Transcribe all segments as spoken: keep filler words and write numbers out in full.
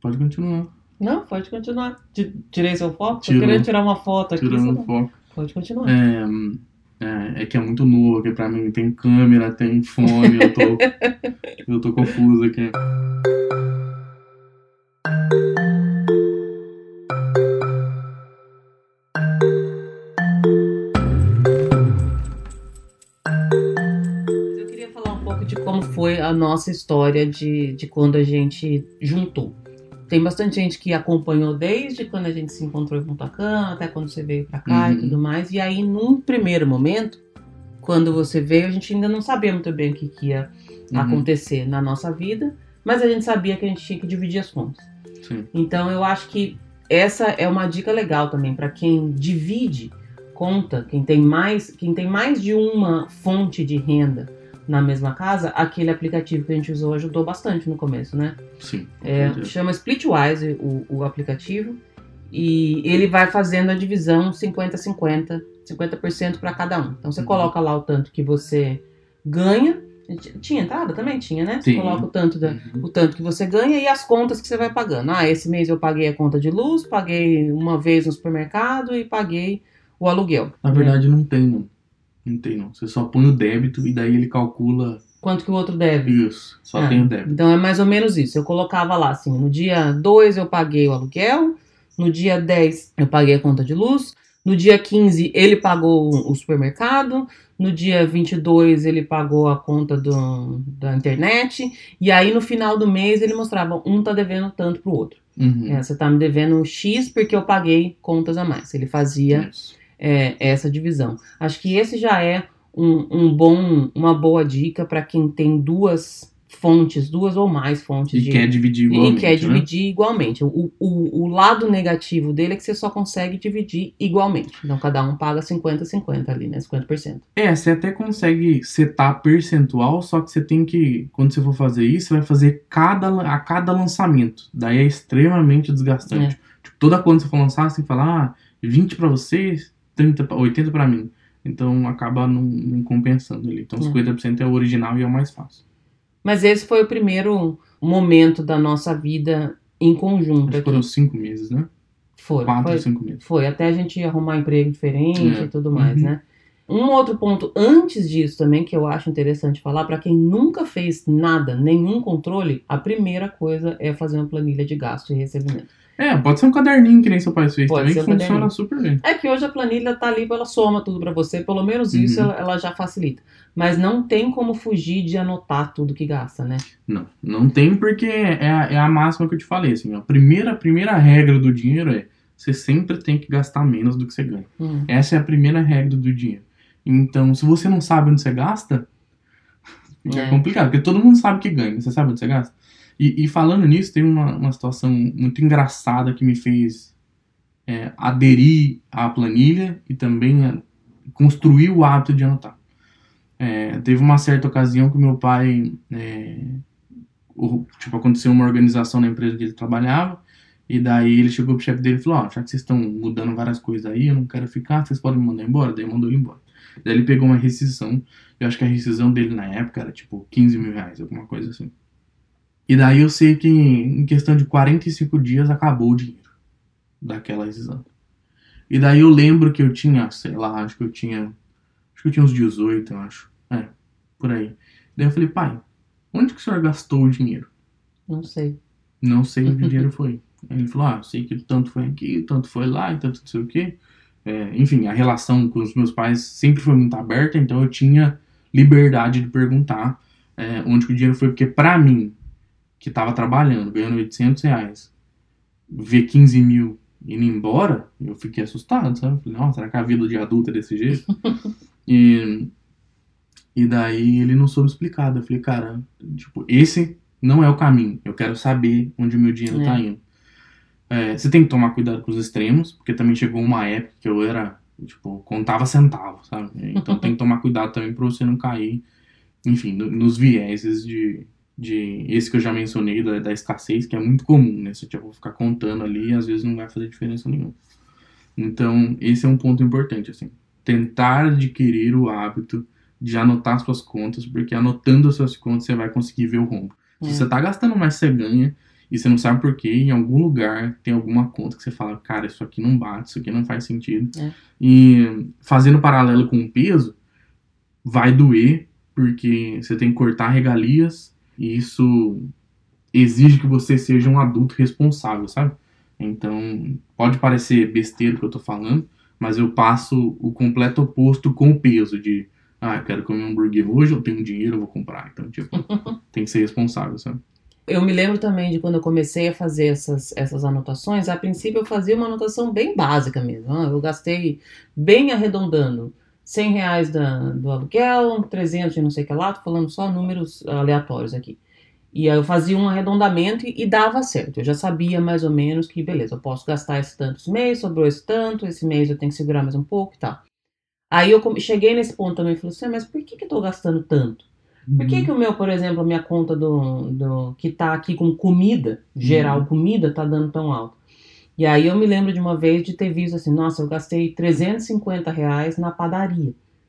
Pode continuar. Não, pode continuar. Tirei seu foco? Tirou. Tô querendo tirar uma foto aqui. Tirando o foco. Pode continuar. É, é, é que é muito novo aqui pra mim. Tem câmera, tem fone, eu tô, eu tô confuso aqui. Eu queria falar um pouco de como foi a nossa história de, de quando a gente juntou. Tem bastante gente que acompanhou desde quando a gente se encontrou em Punta Cana, até quando você veio pra cá Uhum. e tudo mais. E aí, num primeiro momento, quando você veio, a gente ainda não sabia muito bem o que, que ia Uhum. acontecer na nossa vida, mas a gente sabia que a gente tinha que dividir as contas. Sim. Então, eu acho que essa é uma dica legal também para quem divide conta, quem tem mais, quem tem mais de uma fonte de renda na mesma casa. Aquele aplicativo que a gente usou ajudou bastante no começo, né? Sim. É, chama Splitwise o, o aplicativo, e ele vai fazendo a divisão cinquenta a cinquenta, cinquenta por cento para cada um. Então você Uhum. coloca lá o tanto que você ganha. Tinha entrada? Também tinha, né? Você Sim. coloca o tanto, da, Uhum. o tanto que você ganha e as contas que você vai pagando. Ah, esse mês eu paguei a conta de luz, paguei uma vez no supermercado e paguei o aluguel. Na verdade, não tem, não. Não tem, não. Você só põe o débito e daí ele calcula... Quanto que o outro deve. Isso, só Ah, tem o débito. Então é mais ou menos isso. Eu colocava lá assim, no dia dois eu paguei o aluguel, no dia dez eu paguei a conta de luz, no dia quinze ele pagou o supermercado, no dia vinte e dois ele pagou a conta do, da internet, e aí no final do mês ele mostrava, um tá devendo tanto pro outro. Uhum. É, você tá me devendo X porque eu paguei contas a mais. Ele fazia Isso. é, essa divisão. Acho que esse já é um, um bom, uma boa dica para quem tem duas fontes, duas ou mais fontes E de, quer dividir e igualmente, quer né? dividir igualmente. O, o, o lado negativo dele é que você só consegue dividir igualmente. Então cada um paga cinquenta a cinquenta ali, né? cinquenta por cento. É, você até consegue setar percentual, só que você tem que, quando você for fazer isso, você vai fazer cada, a cada lançamento. Daí é extremamente desgastante. É. Tipo, toda quando você for lançar, você tem que falar, ah, vinte pra vocês, trinta, oitenta pra mim. Então acaba não, não compensando ali. Então É. cinquenta por cento é o original e é o mais fácil. Mas esse foi o primeiro momento da nossa vida em conjunto Acho que aqui. foram cinco meses, né? Foi, Quatro, foi, cinco meses. foi, até a gente arrumar emprego diferente É. e tudo mais, Uhum. né? Um outro ponto antes disso também, que eu acho interessante falar, para quem nunca fez nada, nenhum controle, a primeira coisa é fazer uma planilha de gasto e recebimento. É, pode ser um caderninho que nem seu pai fez Pode também, ser que um funciona caderninho. super bem. É que hoje a planilha tá ali, ela soma tudo para você, pelo menos isso Uhum. ela, ela já facilita. Mas não tem como fugir de anotar tudo que gasta, né? Não, não tem, porque é a, é a máxima que eu te falei, assim, a primeira, a primeira regra do dinheiro é você sempre tem que gastar menos do que você ganha. Hum. Essa é a primeira regra do dinheiro. Então, se você não sabe onde você gasta, fica É. complicado, porque todo mundo sabe que ganha, você sabe onde você gasta. E, e falando nisso, tem uma, uma situação muito engraçada que me fez é, aderir à planilha e também a, construir o hábito de anotar. É, teve uma certa ocasião que meu pai, é, o, tipo, aconteceu uma organização na empresa que ele trabalhava, e daí ele chegou pro chefe dele e falou, ó, oh, já que vocês estão mudando várias coisas aí, eu não quero ficar, vocês podem me mandar embora? Daí mandou ele embora. Daí ele pegou uma rescisão, eu acho que a rescisão dele na época era tipo quinze mil reais, alguma coisa assim. E daí eu sei que em questão de quarenta e cinco dias acabou o dinheiro daquela rescisão. E daí eu lembro que eu tinha, sei lá, acho que eu tinha, acho que eu tinha uns dezoito, eu acho. É, por aí. Daí eu falei, pai, onde que o senhor gastou o dinheiro? Não sei. Não sei onde o dinheiro foi. Aí ele falou, ah, sei que tanto foi aqui, tanto foi lá, e tanto não sei o quê. É, enfim, a relação com os meus pais sempre foi muito aberta, então eu tinha liberdade de perguntar é, onde que o dinheiro foi, porque pra mim, que tava trabalhando, ganhando oitocentos reais, ver quinze mil indo embora, eu fiquei assustado, sabe? Falei, nossa, será que a vida de adulto é desse jeito? e, e daí ele não soube explicar. Eu falei, cara, tipo, esse não é o caminho. Eu quero saber onde o meu dinheiro É. tá indo. É, você tem que tomar cuidado com os extremos, porque também chegou uma época que eu era, tipo, contava centavos, sabe? Então tem que tomar cuidado também pra você não cair, enfim, no, nos vieses de, de esse que eu já mencionei, da, da escassez, que é muito comum, né? Você tipo, ficar contando ali e às vezes não vai fazer diferença nenhuma. Então, esse é um ponto importante, assim. Tentar adquirir o hábito de anotar suas contas, porque anotando as suas contas você vai conseguir ver o rombo. Se É. você tá gastando mais, você ganha. E você não sabe por quê, em algum lugar tem alguma conta que você fala, cara, isso aqui não bate, isso aqui não faz sentido. É. E fazendo paralelo com o peso, vai doer, porque você tem que cortar regalias, e isso exige que você seja um adulto responsável, sabe? Então, pode parecer besteira o que eu tô falando, mas eu passo o completo oposto com o peso de, ah, eu quero comer um hambúrguer hoje, eu tenho dinheiro, eu vou comprar. Então, tipo, tem que ser responsável, sabe? Eu me lembro também de quando eu comecei a fazer essas, essas anotações. A princípio eu fazia uma anotação bem básica mesmo. Ah, eu gastei, bem arredondando, cem reais da, do aluguel, trezentos e não sei o que lá, tô falando só números aleatórios aqui. E aí eu fazia um arredondamento e, e dava certo. Eu já sabia mais ou menos que, beleza, eu posso gastar esse tanto esse mês, sobrou esse tanto, esse mês eu tenho que segurar mais um pouco e tal. Aí eu come- cheguei nesse ponto também e falei assim, "Ah, mas por que que eu tô gastando tanto? Por que que o meu, por exemplo, a minha conta do, do que tá aqui com comida, geral Uhum. comida, tá dando tão alto?" E aí eu me lembro de uma vez de ter visto assim, nossa, eu gastei trezentos e cinquenta reais na padaria.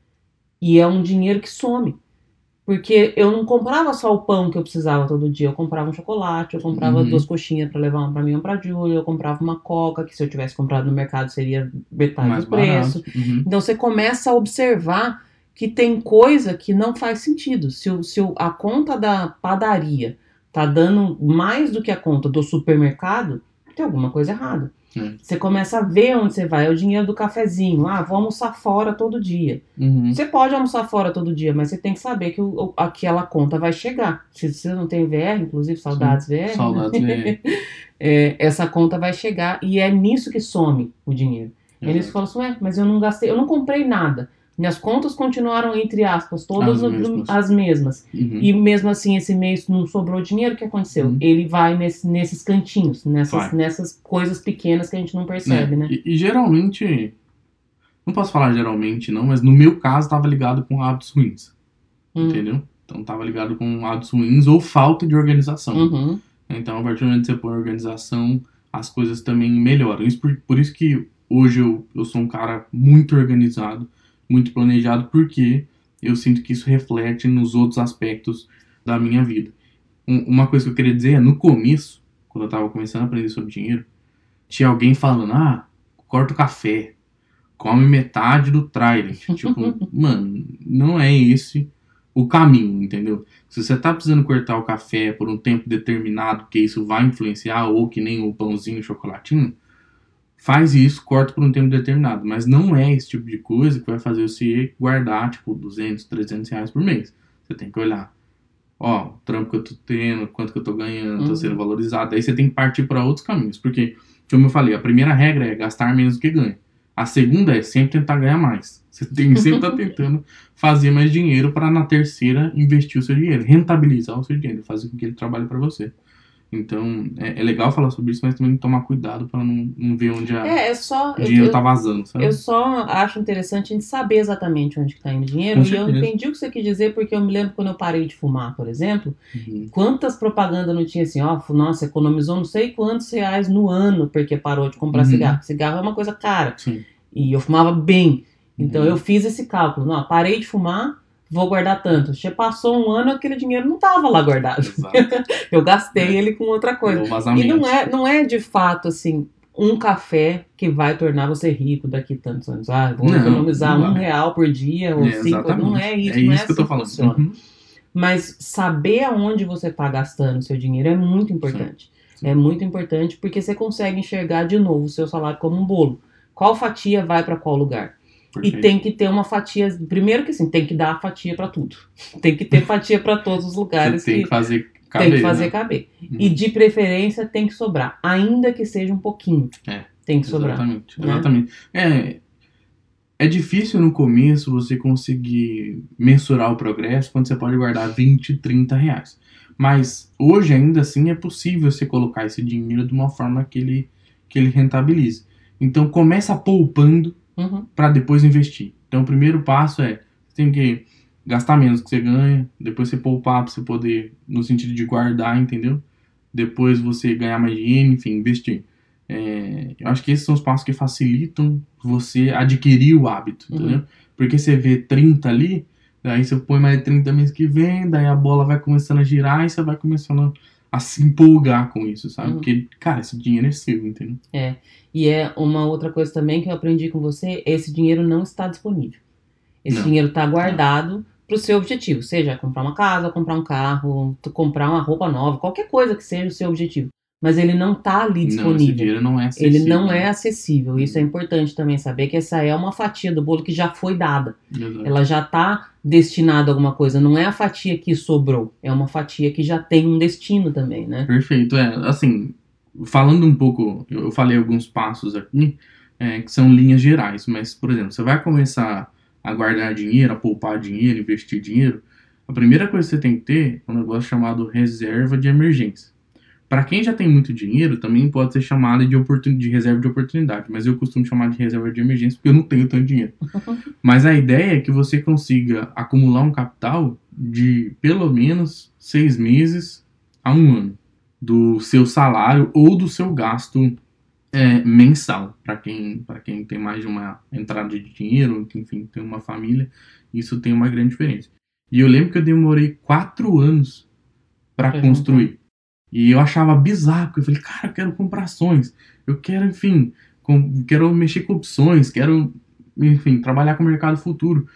E é um dinheiro que some. Porque eu não comprava só o pão que eu precisava todo dia, eu comprava um chocolate, eu comprava duas Uhum. coxinhas pra levar uma pra mim e uma pra Júlia, eu comprava uma coca, que se eu tivesse comprado no mercado seria metade Mais do preço. barato. Uhum. Então você começa a observar que tem coisa que não faz sentido. Se, o, se o, a conta da padaria tá dando mais do que a conta do supermercado, tem alguma coisa errada. É. Você começa a ver onde você vai, é o dinheiro do cafezinho. Ah, vou almoçar fora todo dia. Uhum. Você pode almoçar fora todo dia, mas você tem que saber que o, aquela conta vai chegar. Se você não tem V R, inclusive, saudades Sim. V R, Saudades, né? é. É, essa conta vai chegar e é nisso que some o dinheiro. É nisso que fala assim, ué, mas eu não gastei, eu não comprei nada. Minhas contas continuaram, entre aspas, todas As o- mesmas. as mesmas. Uhum. E mesmo assim, esse mês não sobrou dinheiro, o que aconteceu? Uhum. Ele vai nesse- nesses cantinhos, nessas, Vai. nessas coisas pequenas que a gente não percebe, né? E, e geralmente, não posso falar geralmente não, mas no meu caso tava ligado com hábitos ruins, Hum. entendeu? Então tava ligado com hábitos ruins ou falta de organização. Uhum. Então, a partir do momento que você põe organização, as coisas também melhoram. Isso por, por isso que hoje eu, eu sou um cara muito organizado, muito planejado, porque eu sinto que isso reflete nos outros aspectos da minha vida. Um- uma coisa que eu queria dizer é, no começo, quando eu tava começando a aprender sobre dinheiro, tinha alguém falando, ah, corta o café, come metade do Trident. Tipo, mano, não é esse o caminho, entendeu? Se você tá precisando cortar o café por um tempo determinado, que isso vai influenciar, ou que nem o pãozinho, o chocolatinho, faz isso, corta por um tempo determinado. Mas não é esse tipo de coisa que vai fazer você guardar, tipo, duzentos, trezentos reais por mês. Você tem que olhar, ó, o trampo que eu tô tendo, quanto que eu tô ganhando, tô sendo Uhum. valorizado. Aí você tem que partir para outros caminhos. Porque, como eu falei, a primeira regra é gastar menos do que ganha. A segunda é sempre tentar ganhar mais. Você tem que sempre estar tentando fazer mais dinheiro para na terceira investir o seu dinheiro, rentabilizar o seu dinheiro, fazer com que ele trabalhe para você. Então, é, é legal falar sobre isso, mas também tomar cuidado para não, não ver onde a, É, é só. o Eu, dinheiro tá eu, vazando, sabe? eu só acho interessante a gente saber exatamente onde que tá indo o dinheiro. Com E eu certeza. entendi o que você quis dizer, porque eu me lembro quando eu parei de fumar, por exemplo, Uhum. quantas propagandas não tinha assim, ó, nossa, economizou não sei quantos reais no ano porque parou de comprar Uhum. cigarro. Cigarro é uma coisa cara. Sim. E eu fumava bem. Então Uhum. eu fiz esse cálculo. Não, parei de fumar, vou guardar tanto. Já passou um ano, aquele dinheiro não tava lá guardado. Exato. Eu gastei É. ele com outra coisa. Deu E vazamento. não é, não é de fato assim, um café que vai tornar você rico daqui a tantos anos. Ah, vou Não, economizar não um vai. real por dia ou É, cinco. Não exatamente. é isso, É não é isso que eu tô assim que falando. funciona. Uhum. Mas saber aonde você está gastando o seu dinheiro é muito importante. Sim. É muito importante porque você consegue enxergar de novo o seu salário como um bolo. Qual fatia vai para qual lugar? Perfeito. E tem que ter uma fatia. Primeiro que assim, tem que dar a fatia para tudo. Tem que ter fatia para todos os lugares. Você tem que, que fazer caber. tem que fazer né? caber. Uhum. E de preferência tem que sobrar, ainda que seja um pouquinho. É, Tem que sobrar. Exatamente. Né? Exatamente. É, é difícil no começo você conseguir mensurar o progresso quando você pode guardar vinte, trinta reais. Mas hoje ainda assim é possível você colocar esse dinheiro de uma forma que ele, que ele rentabilize. Então começa poupando Uhum. para depois investir. Então o primeiro passo é, você tem que gastar menos do que você ganha, depois você poupar para você poder, no sentido de guardar, entendeu? Depois você ganhar mais dinheiro, enfim, investir. É, eu acho que esses são os passos que facilitam você adquirir o hábito, Uhum. entendeu? Porque você vê trinta ali, daí você põe mais trinta mês que vem, daí a bola vai começando a girar e você vai começando a se empolgar com isso, sabe? Uhum. Porque, cara, esse dinheiro é seu, entendeu? É. E é uma outra coisa também que eu aprendi com você, esse dinheiro não está disponível. Esse Não. dinheiro está É. guardado para o seu objetivo, seja comprar uma casa, comprar um carro, tu comprar uma roupa nova, qualquer coisa que seja o seu objetivo. Mas ele não está ali Não, esse disponível. dinheiro não é Ele acessível. não é né? acessível. Isso é importante também saber que essa é uma fatia do bolo que já foi dada. Exato. Ela já está destinada a alguma coisa. Não é a fatia que sobrou. É uma fatia que já tem um destino também, né? Perfeito. É, assim, falando um pouco, eu eu falei alguns passos aqui, é, que são linhas gerais, mas, por exemplo, você vai começar a guardar dinheiro, a poupar dinheiro, investir dinheiro, a primeira coisa que você tem que ter é um negócio chamado reserva de emergência. Para quem já tem muito dinheiro, também pode ser chamado de, oportun... de reserva de oportunidade, mas eu costumo chamar de reserva de emergência porque eu não tenho tanto dinheiro. Mas a ideia é que você consiga acumular um capital de pelo menos seis meses a um ano do seu salário ou do seu gasto é, mensal. Para quem, para quem tem mais de uma entrada de dinheiro, enfim, tem uma família, isso tem uma grande diferença. E eu lembro que eu demorei quatro anos para Pra construir. juntar. E eu achava bizarro, porque eu falei, cara, eu quero comprar ações, eu quero, enfim, com, quero mexer com opções, quero, enfim, trabalhar com o mercado futuro.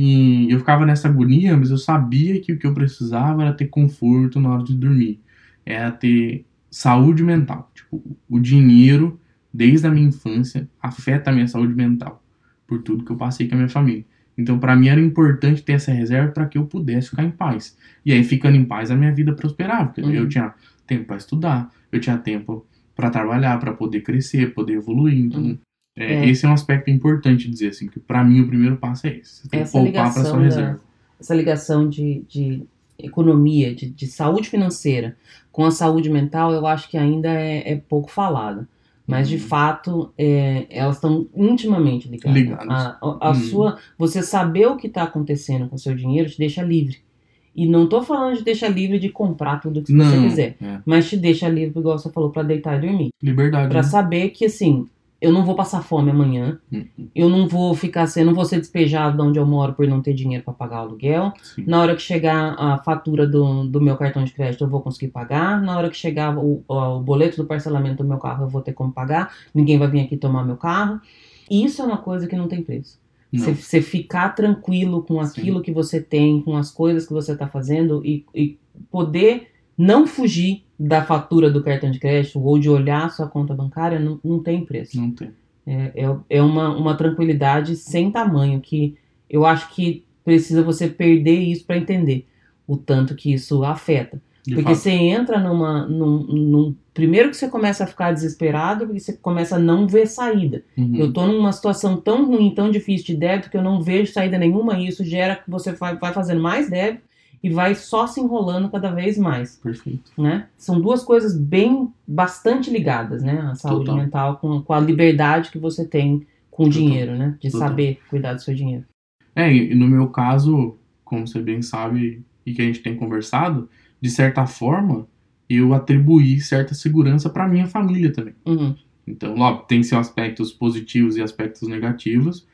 E eu ficava nessa agonia, mas eu sabia que o que eu precisava era ter conforto na hora de dormir. Era ter saúde mental. Tipo, o dinheiro, desde a minha infância, afeta a minha saúde mental. Por tudo que eu passei com a minha família. Então, para mim, era importante ter essa reserva para que eu pudesse ficar em paz. E aí, ficando em paz, a minha vida prosperava. Porque Uhum. eu tinha tempo para estudar, eu tinha tempo para trabalhar, para poder crescer, poder evoluir. Então, Uhum. é, É. esse é um aspecto importante de dizer assim, que para mim o primeiro passo é esse. Você tem que Essa poupar para sua ligação, da, reserva. essa ligação de, de economia, de, de saúde financeira com a saúde mental, eu acho que ainda é, é pouco falada. Mas, de Uhum. fato, é, elas estão intimamente ligadas. Ligadas. A, a, a Uhum. sua, você saber o que está acontecendo com o seu dinheiro te deixa livre. E não tô falando de deixar livre de comprar tudo que você Não, quiser. é. Mas te deixa livre, igual você falou, pra deitar e dormir. Liberdade. Pra né? saber que, assim, eu não vou passar fome amanhã. Uhum. Eu não vou ficar sendo, não vou ser despejado de onde eu moro por não ter dinheiro pra pagar o aluguel. Sim. Na hora que chegar a fatura do, do meu cartão de crédito, eu vou conseguir pagar. Na hora que chegar o, o boleto do parcelamento do meu carro, eu vou ter como pagar. Ninguém vai vir aqui tomar meu carro. E isso é uma coisa que não tem preço. Não. Você ficar tranquilo com aquilo Sim. que você tem, com as coisas que você está fazendo e, e poder não fugir da fatura do cartão de crédito ou de olhar a sua conta bancária, não, não tem preço. Não tem. É, é, é uma, uma tranquilidade sem tamanho que eu acho que precisa você perder isso para entender o tanto que isso afeta. De Porque fato. você entra numa, num, num... Primeiro que você começa a ficar desesperado, porque você começa a não ver saída. Uhum. Eu tô numa situação tão ruim, tão difícil de débito, que eu não vejo saída nenhuma, e isso gera que você vai, vai fazendo mais débito e vai só se enrolando cada vez mais. Perfeito. Né? São duas coisas bem, bastante ligadas, né? A saúde Total. mental com, com a liberdade que você tem com o Total. dinheiro, né? De Total. saber cuidar do seu dinheiro. É, e no meu caso, como você bem sabe e que a gente tem conversado, de certa forma, eu atribuí certa segurança para minha família também. Uhum. Então, óbvio, tem seus aspectos positivos e aspectos negativos,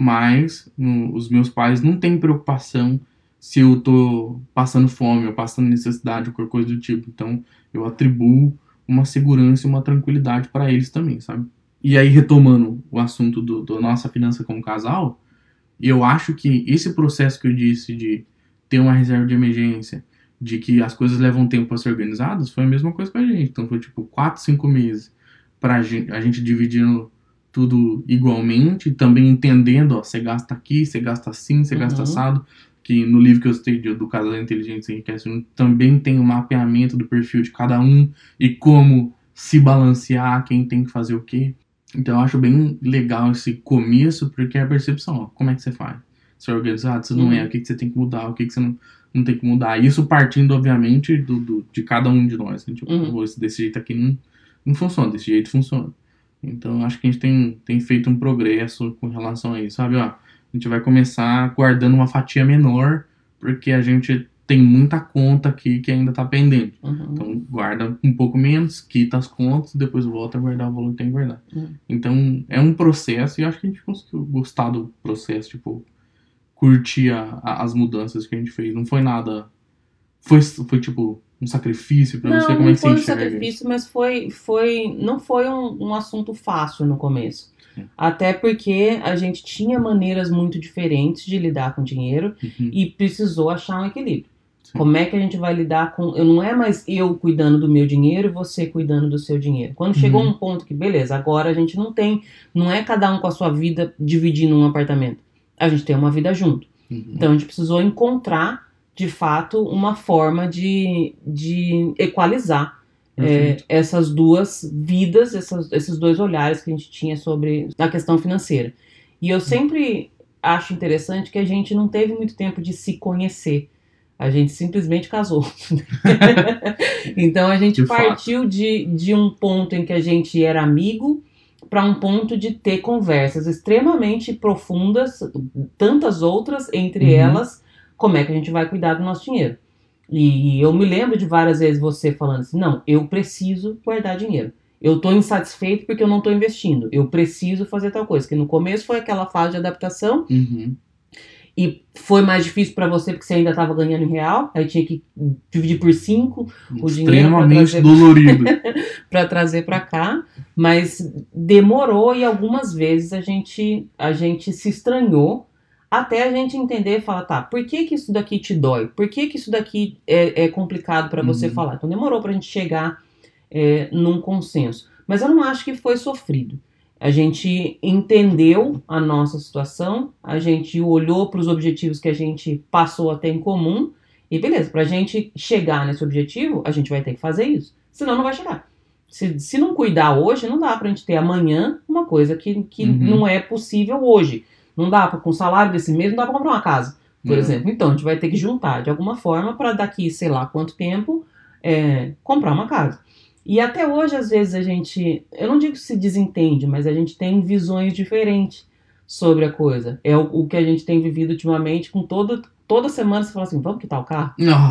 mas hum, os meus pais não têm preocupação se eu tô passando fome ou passando necessidade ou qualquer coisa do tipo. Então, eu atribuo uma segurança e uma tranquilidade para eles também, sabe? E aí, retomando o assunto do, do nossa finança como casal, eu acho que esse processo que eu disse de ter uma reserva de emergência, de que as coisas levam tempo para ser organizadas, foi a mesma coisa com a gente. Então, foi tipo quatro, cinco meses pra gente, a gente dividindo tudo igualmente, também entendendo, ó, você gasta aqui, você gasta assim, você Uhum. gasta assado, que no livro que eu citei do Casal Inteligente Sem Enriquece, também tem o um mapeamento do perfil de cada um e como se balancear, quem tem que fazer o quê. Então eu acho bem legal esse começo, porque é a percepção, ó, como é que você faz? Você é organizado, você não Uhum. é, o que, que você tem que mudar, o que, que você não, não tem que mudar. Isso partindo, obviamente, do, do, de cada um de nós. Né? Tipo, Uhum. desse jeito aqui não, não funciona, desse jeito funciona. Então, acho que a gente tem, tem feito um progresso com relação a isso, sabe? Ó, a gente vai começar guardando uma fatia menor, porque a gente tem muita conta aqui que ainda tá pendente. Uhum. Então, guarda um pouco menos, quita as contas, depois volta a guardar o valor que tem que guardar. Uhum. Então, é um processo, e acho que a gente conseguiu gostar do processo, tipo, curtir a, a, as mudanças que a gente fez. Não foi nada... Foi, foi tipo... um sacrifício pra Não, você? Como não é que você foi um enxerga isso? sacrifício, mas foi, foi, não foi um, um assunto fácil no começo. Sim. Até porque a gente tinha maneiras muito diferentes de lidar com dinheiro Uhum. e precisou achar um equilíbrio. Sim. Como é que a gente vai lidar com... Eu não é mais eu cuidando do meu dinheiro e você cuidando do seu dinheiro. Quando chegou Uhum. um ponto que, beleza, agora a gente não tem... Não é cada um com a sua vida dividindo um apartamento. A gente tem uma vida junto. Uhum. Então a gente precisou encontrar, de fato, uma forma de, de equalizar é, Perfeito. essas duas vidas, essas, esses dois olhares que a gente tinha sobre a questão financeira. E eu sempre acho interessante que a gente não teve muito tempo de se conhecer. A gente simplesmente casou. Então a gente De partiu de, de um ponto em que a gente era amigo para um ponto de ter conversas extremamente profundas, tantas outras, entre Uhum. elas, como é que a gente vai cuidar do nosso dinheiro. E eu me lembro de várias vezes você falando assim, não, eu preciso guardar dinheiro. Eu tô insatisfeito porque eu não tô investindo. Eu preciso fazer tal coisa. Que no começo foi aquela fase de adaptação. Uhum. E foi mais difícil para você porque você ainda estava ganhando em real. Aí tinha que dividir por cinco o dinheiro para Extremamente trazer dolorido. para trazer para cá. Mas demorou e algumas vezes a gente, a gente se estranhou até a gente entender e falar, tá, por que que isso daqui te dói? Por que que isso daqui é, é complicado para você Uhum. falar? Então demorou pra gente chegar é, num consenso. Mas eu não acho que foi sofrido. A gente entendeu a nossa situação, a gente olhou para os objetivos que a gente passou a ter em comum, e beleza, pra gente chegar nesse objetivo, a gente vai ter que fazer isso. Senão não vai chegar. Se, se não cuidar hoje, não dá pra gente ter amanhã uma coisa que, que Uhum. não é possível hoje. Não dá pra, com o salário desse mês, não dá pra comprar uma casa, por Uhum. exemplo. Então, a gente vai ter que juntar de alguma forma para daqui, sei lá quanto tempo, é, comprar uma casa. E até hoje, às vezes, a gente, eu não digo que se desentende, mas a gente tem visões diferentes sobre a coisa. É o, o que a gente tem vivido ultimamente, com todo, toda semana você fala assim, vamos quitar o carro? Não.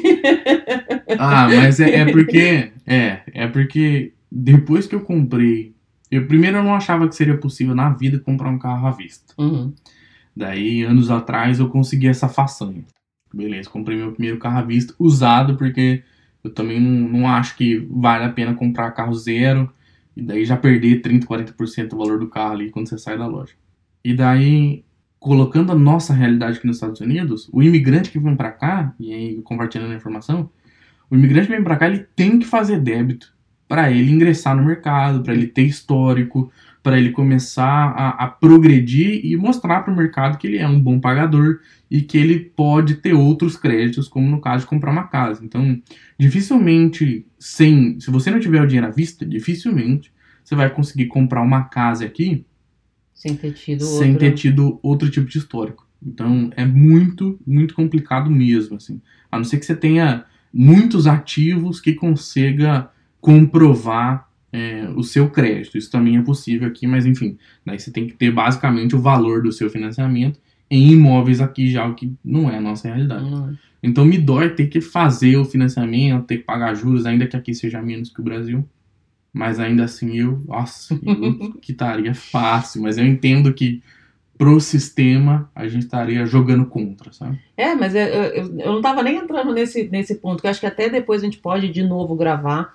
Ah, mas é, é porque... É, é porque depois que eu comprei... Eu primeiro eu não achava que seria possível na vida comprar um carro à vista. Uhum. Daí, anos atrás, eu consegui essa façanha. Beleza, comprei meu primeiro carro à vista, usado, porque eu também não, não acho que vale a pena comprar carro zero, e daí já perder trinta, quarenta por cento do valor do carro ali quando você sai da loja. E daí, colocando a nossa realidade aqui nos Estados Unidos, o imigrante que vem pra cá, e aí compartilhando a informação, o imigrante que vem pra cá, ele tem que fazer débito para ele ingressar no mercado, para ele ter histórico, para ele começar a, a progredir e mostrar para o mercado que ele é um bom pagador e que ele pode ter outros créditos, como no caso de comprar uma casa. Então, dificilmente, sem, se você não tiver o dinheiro à vista, dificilmente você vai conseguir comprar uma casa aqui Sem ter tido sem outra... ter tido outro tipo de histórico. Então, é muito, muito complicado mesmo, assim. A não ser que você tenha muitos ativos que consiga comprovar é, o seu crédito. Isso também é possível aqui, mas enfim, daí você tem que ter basicamente o valor do seu financiamento em imóveis aqui já, o que não é a nossa realidade. Uhum. Então me dói ter que fazer o financiamento, ter que pagar juros, ainda que aqui seja menos que o Brasil. Mas ainda assim eu, nossa, eu quitaria fácil, mas eu entendo que pro sistema a gente estaria jogando contra, sabe? É, mas eu, eu, eu não tava nem entrando nesse, nesse ponto, que eu acho que até depois a gente pode de novo gravar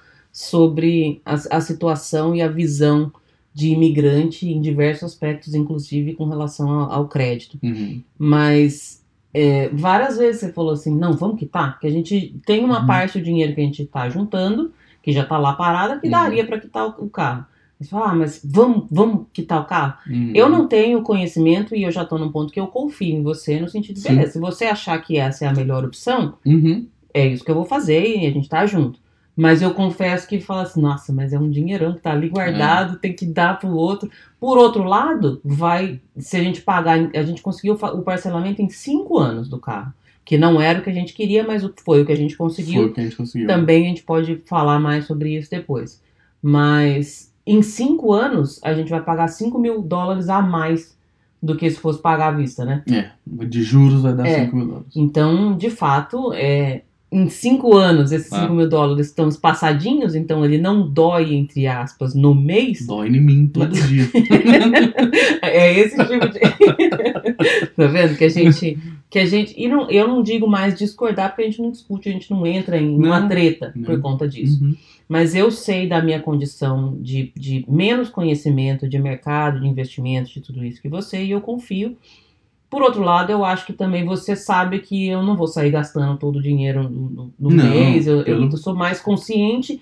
sobre a, a situação e a visão de imigrante em diversos aspectos, inclusive com relação ao, ao crédito. Uhum. Mas é, várias vezes você falou assim, não, vamos quitar, que a gente tem uma Uhum. parte do dinheiro que a gente tá juntando, que já tá lá parada, que Uhum. daria para quitar o, o carro. Você fala, ah, mas vamos, vamos quitar o carro? Uhum. Eu não tenho conhecimento e eu já tô num ponto que eu confio em você, no sentido de, Sim. beleza, se você achar que essa é a melhor opção, Uhum. é isso que eu vou fazer e a gente tá junto. Mas eu confesso que fala assim, nossa, mas é um dinheirão que tá ali guardado, é. Tem que dar pro outro. Por outro lado, vai, se a gente pagar, a gente conseguiu o parcelamento em cinco anos do carro. Que não era o que a gente queria, mas foi o que a gente conseguiu. Foi o que a gente conseguiu. Também a gente pode falar mais sobre isso depois. Mas em cinco anos, a gente vai pagar cinco mil dólares a mais do que se fosse pagar à vista, né? É, de juros vai dar é. cinco mil dólares. Então, de fato, é, em cinco anos, esses Ah. cinco mil dólares estão passadinhos, então ele não dói, entre aspas, no mês. Dói em mim todo Mas... dia. É esse tipo de... Tá vendo? Que a gente... que a gente, e não, eu não digo mais discordar, porque a gente não discute, a gente não entra em uma Não, treta não. por conta disso. Uhum. Mas eu sei da minha condição de, de menos conhecimento de mercado, de investimento, de tudo isso que você, e eu confio. Por outro lado, eu acho que também você sabe que eu não vou sair gastando todo o dinheiro no, no- no Não, mês, eu, eu pelo- sou mais consciente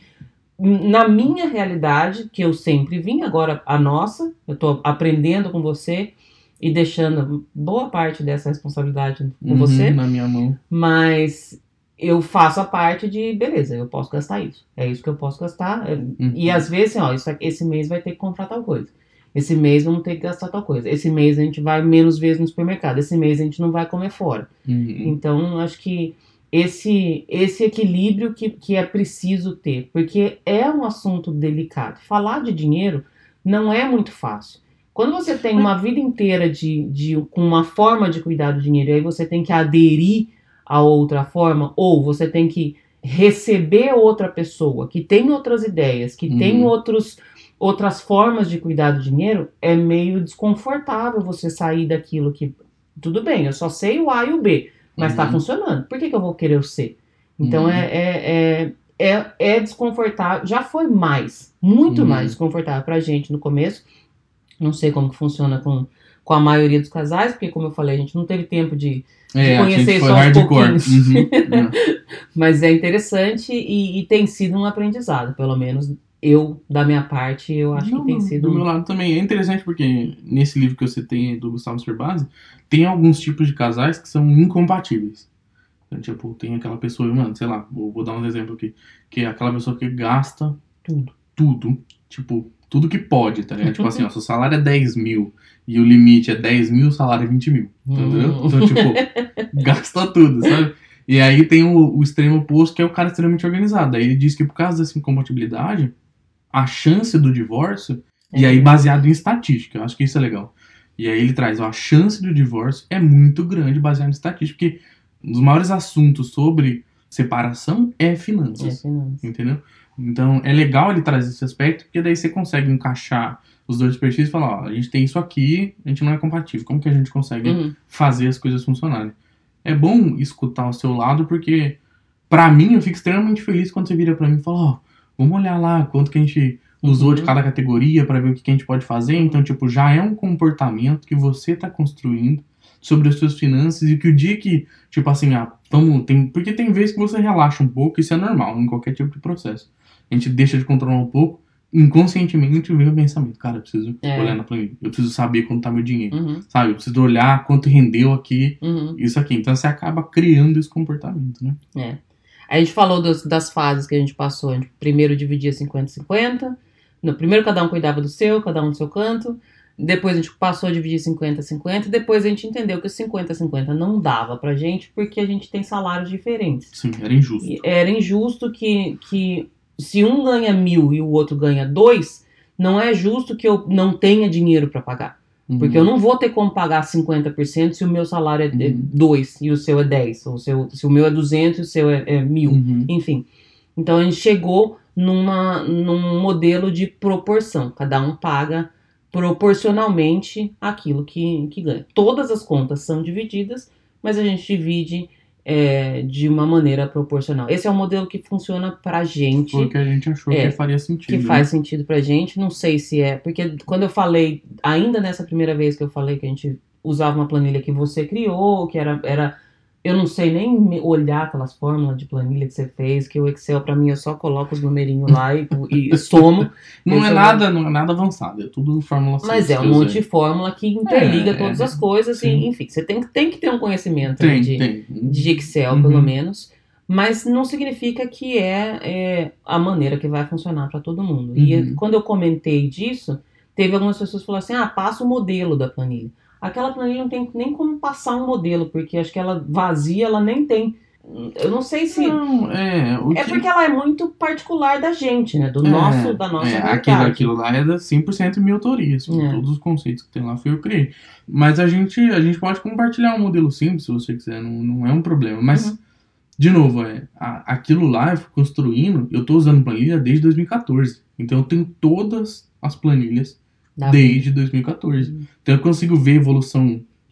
na minha realidade, que eu sempre vim, agora a nossa, eu tô aprendendo com você e deixando boa parte dessa responsabilidade com Uhum, você, na minha mão. mas eu faço a parte de, beleza, eu posso gastar isso, é isso que eu posso gastar, é, Uhum. e às vezes, assim, ó, isso aqui- esse mês vai ter que comprar tal coisa, esse mês vamos ter que gastar tal coisa, esse mês a gente vai menos vezes no supermercado, esse mês a gente não vai comer fora. Uhum. Então, acho que esse, esse equilíbrio que, que é preciso ter, porque é um assunto delicado. Falar de dinheiro não é muito fácil. Quando você tem uma vida inteira de, de, com uma forma de cuidar do dinheiro, e aí você tem que aderir a outra forma, ou você tem que receber outra pessoa que tem outras ideias, que Uhum. tem outros, outras formas de cuidar do dinheiro, é meio desconfortável você sair daquilo que, tudo bem, eu só sei o A e o B, mas está Uhum. funcionando. Por que, que eu vou querer o C? Então Uhum. é, é, é, é, é desconfortável. Já foi mais, muito Uhum. mais desconfortável pra gente no começo. Não sei como que funciona com, com a maioria dos casais, porque como eu falei, a gente não teve tempo de, de É, a conhecer gente foi só uns hardcore. pouquinhos. Uhum. É. Mas é interessante e, e tem sido um aprendizado, pelo menos eu, da minha parte, eu acho Não, que tem do, sido do meu um... lado também. É interessante porque nesse livro que você tem do Gustavo Cerbasi, tem alguns tipos de casais que são incompatíveis. Então, tipo, tem aquela pessoa, mano, sei lá, vou, vou dar um exemplo aqui, que é aquela pessoa que gasta tudo. tudo, tipo, tudo que pode, tá ligado? Tipo assim, ó, seu salário é dez mil e o limite é dez mil, o salário é vinte mil, entendeu? Hum. Então, tipo, gasta tudo, sabe? E aí tem o, o extremo oposto, que é o cara extremamente organizado. Aí ele diz que por causa dessa incompatibilidade, a chance do divórcio, É. e aí baseado em estatística, eu acho que isso é legal. E aí ele traz, ó, a chance do divórcio é muito grande baseado em estatística, porque um dos maiores assuntos sobre separação é finanças, É, finanças. entendeu? Então é legal ele trazer esse aspecto, porque daí você consegue encaixar os dois perfis e falar, ó, a gente tem isso aqui, a gente não é compatível, como que a gente consegue Uhum. fazer as coisas funcionarem? É bom escutar o seu lado, porque pra mim eu fico extremamente feliz quando você vira pra mim e fala, ó, vamos olhar lá quanto que a gente usou Uhum. de cada categoria pra ver o que que a gente pode fazer. Uhum. Então, tipo, já é um comportamento que você tá construindo sobre as suas finanças e que o dia que, tipo assim, ah, vamos, tem, porque tem vezes que você relaxa um pouco, isso é normal em qualquer tipo de processo. A gente deixa de controlar um pouco, inconscientemente vem o pensamento, cara, eu preciso É. olhar na planilha, eu preciso saber quanto tá meu dinheiro, Uhum. sabe? Eu preciso olhar quanto rendeu aqui, Uhum. isso aqui. Então você acaba criando esse comportamento, né? É. A gente falou dos, das fases que a gente passou. A gente primeiro dividia cinquenta a cinquenta. No primeiro cada um cuidava do seu, cada um do seu canto. Depois a gente passou a dividir cinquenta a cinquenta. Depois a gente entendeu que o cinquenta a cinquenta não dava pra gente porque a gente tem salários diferentes. Sim, era injusto. E era injusto que, que se um ganha mil e o outro ganha dois, não é justo que eu não tenha dinheiro pra pagar. Porque eu não vou ter como pagar cinquenta por cento se o meu salário é Uhum. dois e o seu é dez. Ou se, eu, se o meu é duzentos e o seu é, é mil. Uhum. Enfim. Então a gente chegou numa, num modelo de proporção. Cada um paga proporcionalmente aquilo que, que ganha. Todas as contas são divididas, mas a gente divide é, de uma maneira proporcional. Esse é o modelo que funciona pra gente. Foi o que a gente achou É, que faria sentido. que né? faz sentido pra gente, não sei se é, porque quando eu falei, ainda nessa primeira vez que eu falei que a gente usava uma planilha que você criou, que era, era eu não sei nem me- olhar aquelas fórmulas de planilha que você fez, que o Excel pra mim eu só coloco os numerinhos lá e, e somo, Não Esse é é o- nada, não é nada avançado, é tudo fórmula mas simples é que um eu monte usei. de fórmula que interliga É, todas é, as coisas, e, sim. enfim, você tem, que- tem que ter um conhecimento aí Tem, de, tem. de Excel, Uhum. pelo menos, mas não significa que é, é a maneira que vai funcionar para todo mundo. E Uhum. quando eu comentei disso, teve algumas pessoas que falaram assim, ah, passa o modelo da planilha. Aquela planilha não tem nem como passar um modelo, porque acho que ela vazia, ela nem tem. Eu não sei se... Não, é, o É que... porque ela é muito particular da gente, né? Do É, nosso, da nossa é, realidade. aquilo, aquilo lá é da cem por cento minha autoria, assim, É. todos os conceitos que tem lá foi eu que criei. Mas a gente, a gente pode compartilhar um modelo simples, se você quiser, não, não é um problema. Mas, Uhum. de novo, é, a- aquilo lá eu fui construindo, eu tô usando planilha desde dois mil e quatorze. Então eu tenho todas as planilhas Dá desde dois mil e quatorze. Uhum. Então eu consigo ver evolução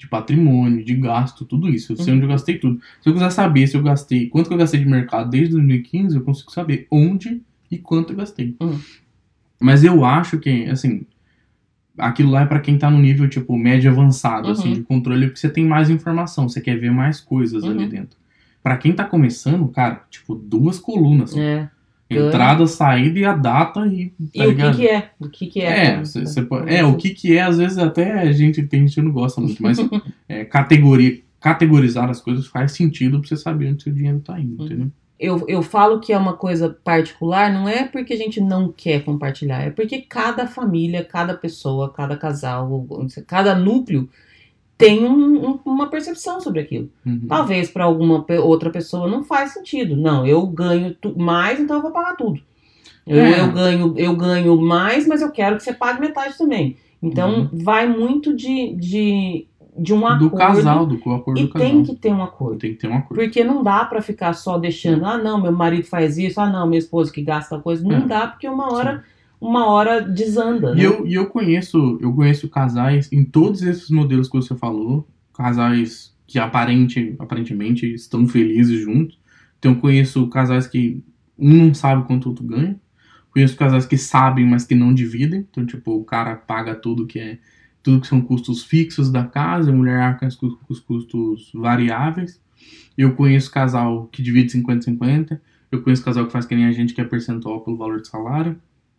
de patrimônio, de gasto, tudo isso. Eu sei Uhum. onde eu gastei tudo. Se eu quiser saber se eu gastei, quanto que eu gastei de mercado desde dois mil e quinze, eu consigo saber onde e quanto eu gastei. Uhum. Mas eu acho que, assim, aquilo lá é pra quem tá no nível, tipo, médio avançado, Uhum. assim, de controle, porque você tem mais informação, você quer ver mais coisas Uhum. ali dentro. Pra quem tá começando, cara, tipo, duas colunas. É. Entrada, saída e a data e, tá E o que ligado? que é? O que que é? É, pra- cê, pra- cê pode- pra é, o você? que que é, às vezes até a gente tem gente que não gosta muito, mas é, categoria, categorizar as coisas faz sentido pra você saber onde seu dinheiro tá indo, Uhum. entendeu? Eu, eu falo que é uma coisa particular, não é porque a gente não quer compartilhar, é porque cada família, cada pessoa, cada casal, cada núcleo tem um- um- uma percepção sobre aquilo. Uhum. Talvez para alguma pe- outra pessoa não faz sentido. Não, eu ganho tu- mais, então eu vou pagar tudo. Eu, É. eu, ganho, eu ganho mais, mas eu quero que você pague metade também. Então vai muito de, de, de um acordo. Do casal, do acordo E do casal. tem que ter um acordo. Tem que ter um acordo. Porque não dá pra ficar só deixando, ah não, meu marido faz isso, ah não, minha esposa que gasta coisa. Não É. dá, porque uma hora, uma hora desanda, E né? eu, e eu conheço, eu conheço casais em todos esses modelos que você falou, casais que aparente, aparentemente estão felizes juntos. Então eu conheço casais que um não sabe quanto o outro ganha. Conheço casais que sabem, mas que não dividem. Então, tipo, o cara paga tudo que é tudo que são custos fixos da casa, a mulher arca com os custos variáveis. Eu conheço casal que divide cinquenta a cinquenta. Eu conheço casal que faz que nem a gente, que é percentual pelo valor de salário.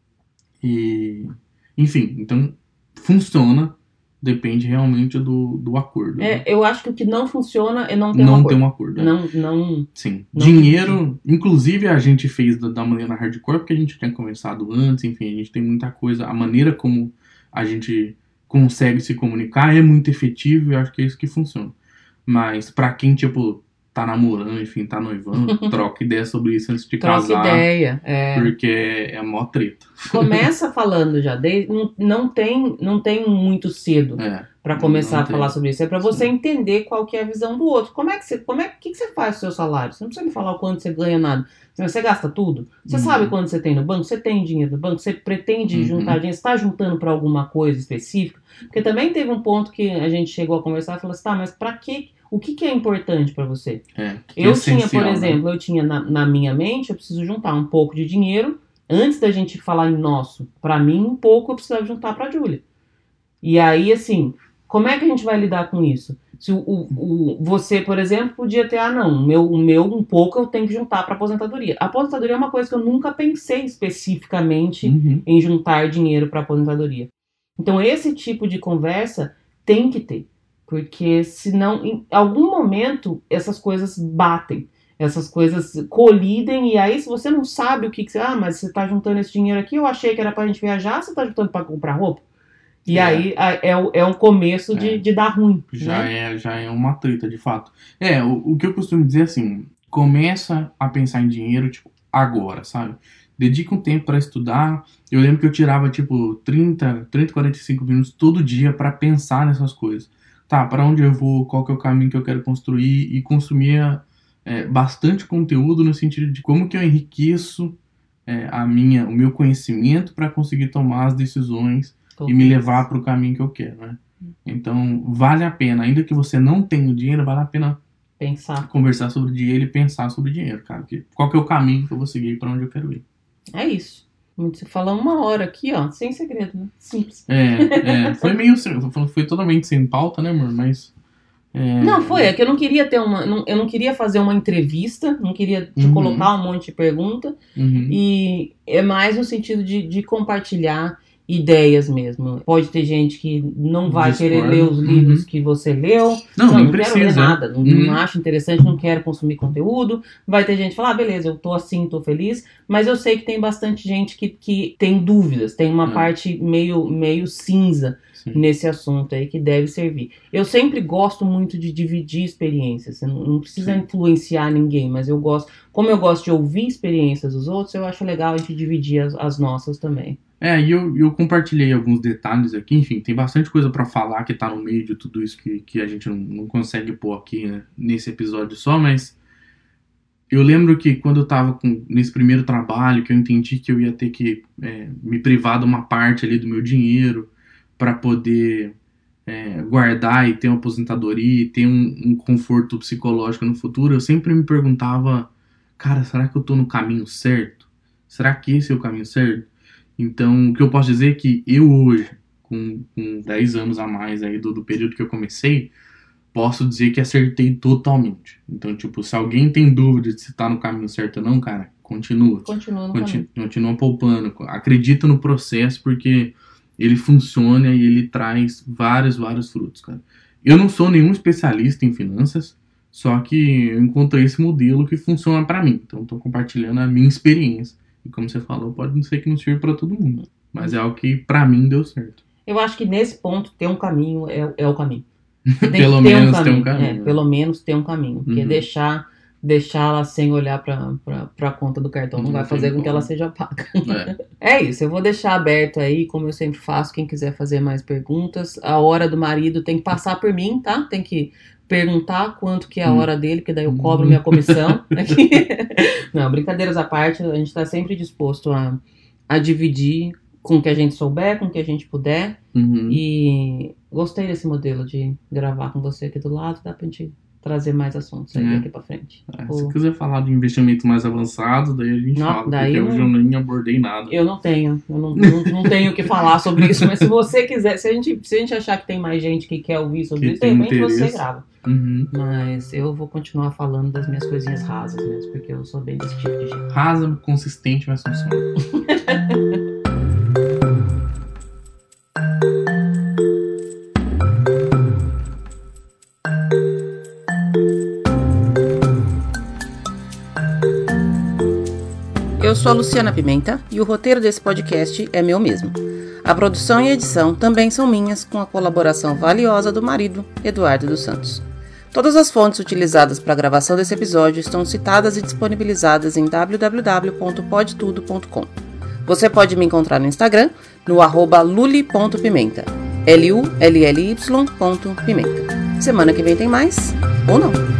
E, enfim, então funciona, depende realmente do, do acordo. É, né? eu acho que o que não funciona é não ter um Não acordo. tem um acordo. é. Não, não. Sim. Não Dinheiro, inclusive a gente fez da, da maneira hardcore, porque a gente tinha conversado antes, enfim, a gente tem muita coisa. A maneira como a gente consegue se comunicar é muito efetivo e eu acho que é isso que funciona. Mas pra quem, tipo, tá namorando, enfim, tá noivando, troca ideia sobre isso antes de Troca casar. ideia. É. Porque é, é mó treta. Começa falando já, de, não, não, tem, não tem muito cedo É. pra começar Não a falar tem. sobre isso. É pra você Sim. entender qual que é a visão do outro. Como é que você, como é que, que você faz com o seu salário? Você não precisa me falar o quanto você ganha nada. Você gasta tudo? Você Uhum. sabe quanto você tem no banco? Você tem dinheiro no banco? Você pretende Uhum. juntar dinheiro? Você está juntando pra alguma coisa específica? Porque também teve um ponto que a gente chegou a conversar e falou assim, tá, mas pra que, o que, que é importante pra você? É, que Eu é tinha, por essencial, né? exemplo, eu tinha na, na minha mente, eu preciso juntar um pouco de dinheiro. Antes da gente falar em nosso, pra mim, um pouco eu precisava juntar pra Júlia. E aí, assim, como é que a gente vai lidar com isso? Se o, o, o- você, por exemplo, podia ter, ah, não, o meu, o meu um pouco eu tenho que juntar pra aposentadoria. A aposentadoria é uma coisa que eu nunca pensei especificamente Uhum. em juntar dinheiro pra aposentadoria. Então, esse tipo de conversa tem que ter. Porque senão, em algum momento, essas coisas batem. Essas coisas colidem, e aí se você não sabe o que, que você... Ah, mas você tá juntando esse dinheiro aqui, eu achei que era pra gente viajar, você tá juntando pra comprar roupa? E É. aí a- é, o- é um começo de, É. de dar ruim, Já, né? é, já é uma treta, de fato. É, o, o que eu costumo dizer é assim, começa a pensar em dinheiro, tipo, agora, sabe? Dedica um tempo pra estudar. Eu lembro que eu tirava, tipo, trinta, trinta, quarenta e cinco minutos todo dia pra pensar nessas coisas. Tá, pra onde eu vou, qual que é o caminho que eu quero construir, e consumia é, bastante conteúdo no sentido de como que eu enriqueço é, a minha, o meu conhecimento pra conseguir tomar as decisões e me levar para o caminho que eu quero, né? Então, vale a pena, ainda que você não tenha o dinheiro, vale a pena Pensar. conversar sobre dinheiro e pensar sobre dinheiro, cara. Porque qual que é o caminho que eu vou seguir para onde eu quero ir? É isso. Você fala uma hora aqui, ó, sem segredo, né? Simples. É, é, foi meio, sem- foi totalmente sem pauta, né, amor? Mas é, Não, foi, é que eu não queria ter uma. não- eu não queria fazer uma entrevista, não queria te Uhum. colocar um monte de pergunta. uhum, E é mais no sentido de, de compartilhar ideias mesmo. Pode ter gente que não vai Discorda. querer ler os Uhum. livros que você leu. Não, não, nem não quero ler precisa. nada, não, Uhum. não acho interessante, não quero consumir conteúdo. Vai ter gente que fala, ah, beleza, eu tô assim, tô feliz. Mas eu sei que tem bastante gente que, que tem dúvidas, tem uma É. parte meio, meio cinza Sim. nesse assunto aí que deve servir. Eu sempre gosto muito de dividir experiências. Você não, não precisa Sim. influenciar ninguém, mas eu gosto, como eu gosto de ouvir experiências dos outros, eu acho legal a gente dividir as, as nossas também. É, e eu, eu compartilhei alguns detalhes aqui, enfim, tem bastante coisa pra falar que tá no meio de tudo isso que, que a gente não, não consegue pôr aqui, né, nesse episódio só, mas eu lembro que quando eu tava com, nesse primeiro trabalho, que eu entendi que eu ia ter que é, me privar de uma parte ali do meu dinheiro pra poder é, guardar e ter uma aposentadoria e ter um, um conforto psicológico no futuro, eu sempre me perguntava, cara, será que eu tô no caminho certo? Será que esse é o caminho certo? Então, o que eu posso dizer é que eu hoje, com, com dez anos a mais aí do, do período que eu comecei, posso dizer que acertei totalmente. Então, tipo, se alguém tem dúvida de se tá no caminho certo ou não, cara, continua. Continua no Conti- caminho. Continua poupando. Acredita no processo, porque ele funciona e ele traz vários, vários frutos, cara. Eu não sou nenhum especialista em finanças, só que eu encontrei esse modelo que funciona pra mim. Então, tô compartilhando a minha experiência. E como você falou, pode não ser que não sirva pra todo mundo, mas é algo que pra mim deu certo. Eu acho que nesse ponto ter um caminho é, é o caminho. Tem Pelo que ter menos um tem um caminho. caminho. É, pelo menos ter um caminho. Porque Uhum. deixar deixá-la sem olhar pra, pra, pra conta do cartão não, Não vai tem fazer com como. que ela seja paga. É. É isso, eu vou deixar aberto aí, como eu sempre faço, quem quiser fazer mais perguntas. A hora do marido tem que passar por mim, tá? Tem que perguntar quanto que é a Hum. hora dele, porque daí eu cobro minha comissão. Não, brincadeiras à parte, a gente tá sempre disposto a, a dividir com o que a gente souber, com o que a gente puder. Uhum. E gostei desse modelo de gravar com você aqui do lado, dá pra gente trazer mais assuntos aí É. daqui pra frente. É, O- se quiser falar de investimentos mais avançados, daí a gente Não, fala, daí porque eu hoje não- eu nem abordei nada. Eu não tenho, eu não, não, não tenho o que falar sobre isso, mas se você quiser, se a gente, se a gente achar que tem mais gente que quer ouvir sobre Que isso, de tem repente você interesse. grava. Uhum. Mas eu vou continuar falando das minhas coisinhas rasas mesmo, porque eu sou bem desse tipo de gente. Rasa, consistente, mas funciona. Eu sou a Luciana Pimenta e o roteiro desse podcast é meu mesmo. A produção e a edição também são minhas, com a colaboração valiosa do marido, Eduardo dos Santos. Todas as fontes utilizadas para a gravação desse episódio estão citadas e disponibilizadas em w w w ponto pode tudo ponto com. Você pode me encontrar no Instagram, no arroba luli ponto pimenta, L U L L Y ponto pimenta. Semana que vem tem mais, ou não.